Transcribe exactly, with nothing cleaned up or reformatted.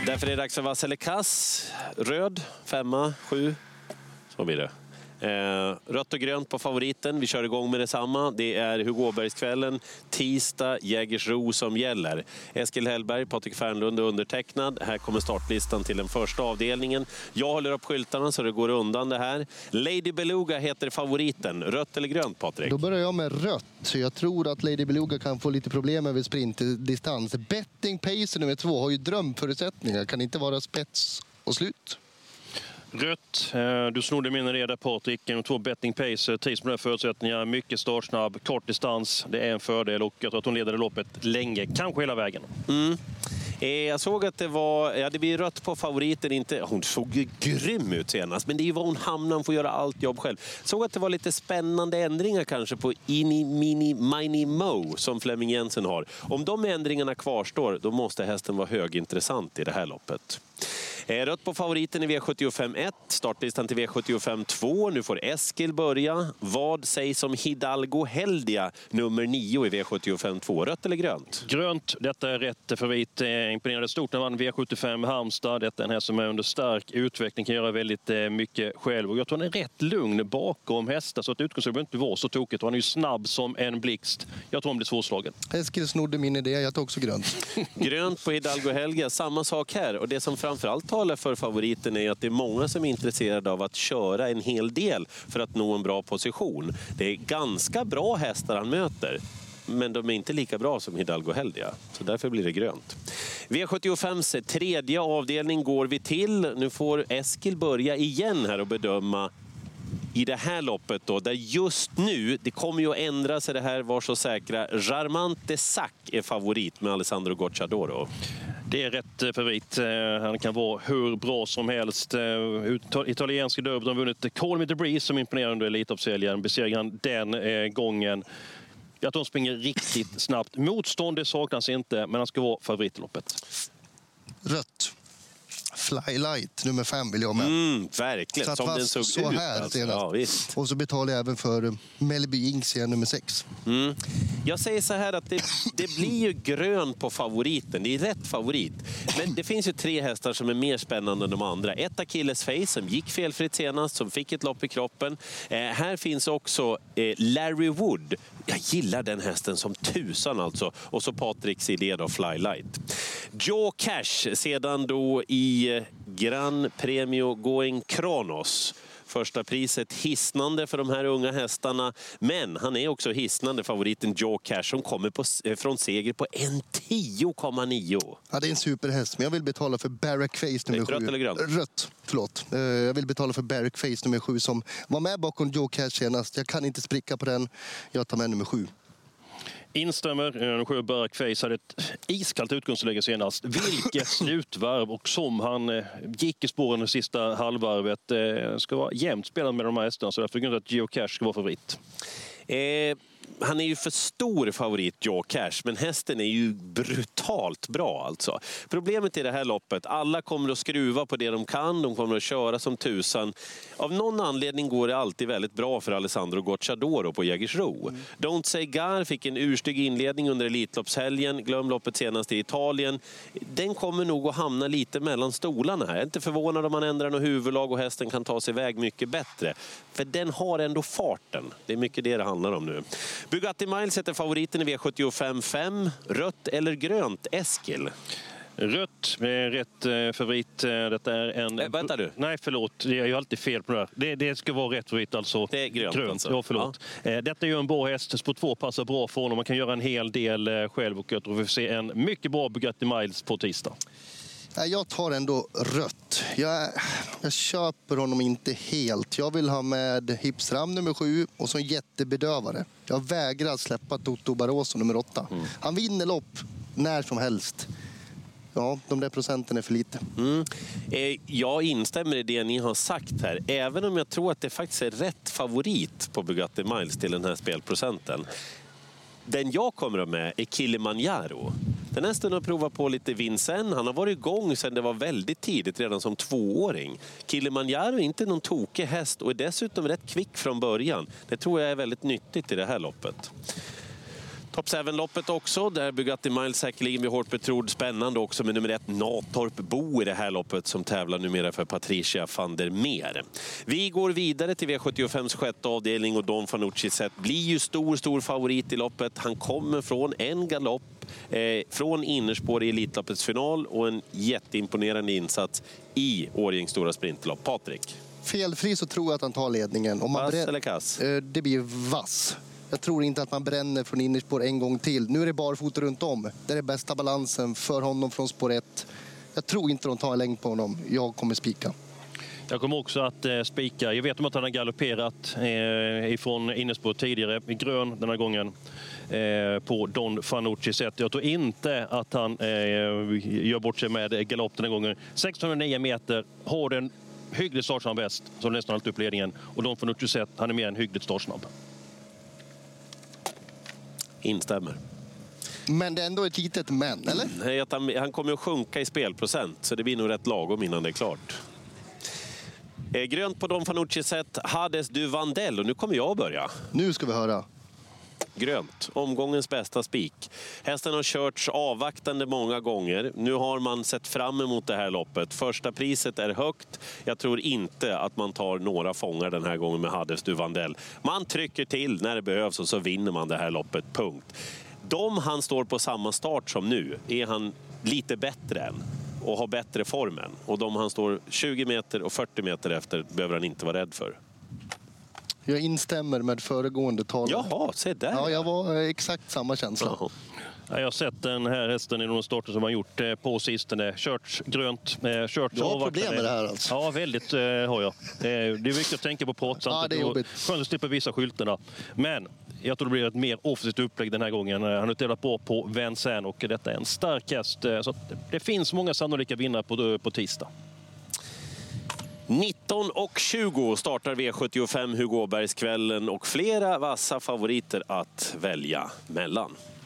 Därför är det dags för Vasselekas. Röd, femma, sju. Så blir det. Eh, rött och grönt på favoriten. Vi kör igång med detsamma. Det är Hugo Åbergskvällen, tisdag, Jägersro som gäller. Eskil Hellberg, Patrik Fernlund är undertecknad. Här kommer startlistan till den första avdelningen. Jag håller upp skyltarna så det går undan det här. Lady Beluga heter favoriten. Rött eller grönt, Patrik? Då börjar jag med rött. Så jag tror att Lady Beluga kan få lite problem över sprintdistans. Betting Pacer nummer två har ju drömförutsättningar. Kan inte vara spets och slut. Rött. Du snodde min reda, Patrik. De två Betting Pacer, trivs med de förutsättningar. Mycket startsnabb, kort distans. Det är en fördel och jag tror att hon leder loppet länge. Kanske hela vägen. Mm. Jag såg att det var, ja, det blir rött på favoriten. Inte, hon såg ju grym ut senast, men det är ju vad hon hamnar, hon får göra allt jobb själv. Såg att det var lite spännande ändringar kanske på Ini Mini Mini Mo som Flemming Jensen har. Om de ändringarna kvarstår, då måste hästen vara högintressant i det här loppet. Rött på favoriten i V sjuttiofem ett, startlistan till V sjuttiofem två. Nu får Eskil börja. Vad sägs om Hidalgo Heldia nummer nio i V sjuttiofem två? Rött eller grönt? Grönt. Detta är rätt favorit. Imponerade stort när vann V sjuttiofem Halmstad. Detta är en häst som är under stark utveckling, kan göra väldigt mycket själv. Och jag tror han är rätt lugn bakom hästar, så att utgångsläget inte vara så tokigt. Han är ju snabb som en blixt. Jag tror han blir svårslagen. Eskil snodde min idé, jag tog också grönt. Grönt på Hidalgo Heldia, samma sak här. Och det som framförallt talar för favoriten är att det är många som är intresserade av att köra en hel del för att nå en bra position. Det är ganska bra hästar han möter, men de är inte lika bra som Hidalgo Heldia. Så därför blir det grönt. V sjuttiofems tredje avdelning går vi till. Nu får Eskil börja igen här och bedöma i det här loppet då, där just nu, det kommer ju att ändra sig det här, var så säkra. Charmante Sac är favorit med Alessandro Gocciadoro. Det är rätt favorit. Han kan vara hur bra som helst. Italienska derbyt har vunnit Call Me The Breeze som imponerande elitloppshelgen. Besegrar han den gången. Att de springer riktigt snabbt. Motstånd det saknas inte, men han ska vara favoritloppet. Rött. Flylight nummer fem vill jag med. Mm, verkligen, så som den såg så ut. Här alltså. ja, visst. Och så betalar jag även för Melby Inks nummer sex. Mm. Jag säger så här att det, det blir ju grön på favoriten. Det är rätt favorit. Men det finns ju tre hästar som är mer spännande än de andra. Ett Achilles Face som gick felfritt senast, som fick ett lopp i kroppen. Eh, här finns också eh, Larry Wood. Jag gillar den hästen som tusan alltså. Och så Patriks idé då, Flylight. Joe Cash sedan då i Gran Premio Going Kronos. Första priset hisnande för de här unga hästarna. Men han är också hisnande favoriten Joe Cash som kommer på, från seger på en tio komma nio. Ja, det är en superhäst, men jag vill betala för Barrack Face nummer sju. Rött eller grönt? Rött, förlåt. Jag vill betala för Barrack Face nummer sju som var med bakom Joe Cash senast. Jag kan inte spricka på den. Jag tar med nummer sju. Instämmer. Nummer sju Barrack Face hade ett iskallt utgångsläge senast. Vilket slutvarv, och som han gick i spåren det sista halvvarvet. Ska vara jämnt spelad med de här hästarna, så därför tycker jag att Joe Cash ska vara favorit. Eh, han är ju för stor favorit, Joe Cash, men hästen är ju brutalt bra alltså. Problemet i det här loppet, alla kommer att skruva på det de kan, de kommer att köra som tusan. Av någon anledning går det alltid väldigt bra för Alessandro Gocciadoro på Jägersro. Mm. Don't Say Gar fick en urstygg inledning under Elitloppshelgen, glöm loppet senast i Italien. Den kommer nog att hamna lite mellan stolarna här. Jag är inte förvånad om man ändrar något huvudlag och hästen kan ta sig iväg mycket bättre. För den har ändå farten. Det är mycket det det handlar om nu. Bugatti Miles heter favoriten i V sjuttiofem fem. Rött eller grönt, Eskil? Rött är rätt eh, favorit. Detta är en... Äh, vänta du. Nej, förlåt. Jag är ju alltid fel på det här. Det, det ska vara rätt favorit alltså. Det är grönt, grönt. Alltså. Ja, förlåt. Ja. Eh, detta är ju en bra häst. Spår två passar bra för honom. Man kan göra en hel del eh, själv, och jag tror vi får se en mycket bra Bugatti Miles på tisdag. Jag tar ändå rött. Jag, jag köper honom inte helt. Jag vill ha med Hipsram nummer sju och så en jättebedövare. Jag vägrar släppa Toto Barroso nummer åtta. Mm. Han vinner lopp när som helst. Ja, de där procenten är för lite. Mm. Jag instämmer i det ni har sagt här. Även om jag tror att det faktiskt är rätt favorit på Bugatti Miles till den här spelprocenten. Den jag kommer att med är Kilimanjaro. Den här stunden har provat på lite Vincent. Han har varit igång sedan det var väldigt tidigt, redan som tvååring. Kilimanjaro är inte någon tokig häst och är dessutom rätt kvick från början. Det tror jag är väldigt nyttigt i det här loppet. Top sju-loppet också, där Bugatti Miles säkerligen blir hårt betrodd. Spännande också med nummer ett Natorp Bo i det här loppet som tävlar numera för Patricia van der Meer. Vi går vidare till V sjuttiofems sjätte avdelning och Don Fanucci Zet blir ju stor, stor favorit i loppet. Han kommer från en galopp eh, från innerspår i Elitloppets final och en jätteimponerande insats i Årjängs stora sprintlopp. Patrik? Felfri så tror jag att han tar ledningen. Om man Vass brän- eller kass? Eh, Det blir vass. Jag tror inte att man bränner från innerspår en gång till. Nu är det barfota runt om. Det är den bästa balansen för honom från spår ett. Jag tror inte de tar en längd på honom. Jag kommer spika. Jag kommer också att eh, spika. Jag vet om att han har galopperat eh, ifrån innerspår tidigare i grön den här gången eh, på Don Fanucci Zet. Jag tror inte att han eh, gör bort sig med galopp den här gången. sexhundranio meter har den hyggligt startsnabb bäst, som nästan alltid upp ledningen. Och Don Fanucci Zet, han är mer än hyggligt startsnabb. Instämmer. Men det är ändå ett litet men, eller? Nej, att han, han kommer att sjunka i spelprocent, så det blir nog rätt lagom innan det är klart. Eh, grönt på Don Fanucci Zet, Hades du Vandell, och nu kommer jag att börja. Nu ska vi höra. Grönt, omgångens bästa spik. Hästen har körts avvaktande många gånger. Nu har man sett fram emot det här loppet. Första priset är högt. Jag tror inte att man tar några fångar den här gången med Hades du Vandell. Man trycker till när det behövs och så vinner man det här loppet, punkt. De han står på samma start som nu är han lite bättre än och har bättre formen. Och de han står tjugo meter och fyrtio meter efter behöver han inte vara rädd för. Jag instämmer med föregående talare. Jaha, se där. Ja, jag var eh, exakt samma känsla. Jaha. Ja, jag har sett den här hästen i någon starter som har gjort eh, på sistone. Kört grönt, eh, kört Du har problem med det här alltså? Ja, väldigt eh, har jag. Eh, det är viktigt att tänka på prat. Ja, det är jobbigt. Skönt att slippa vissa skyltarna. Men jag tror det blir ett mer offensivt upplägg den här gången. Han har delat på på Vincennes och detta är en stark häst. Eh, så att det, det finns många sannolika vinnare på, på tisdag. nitton och tjugo startar V sjuttiofem Hugo Åbergskvällen och flera vassa favoriter att välja mellan.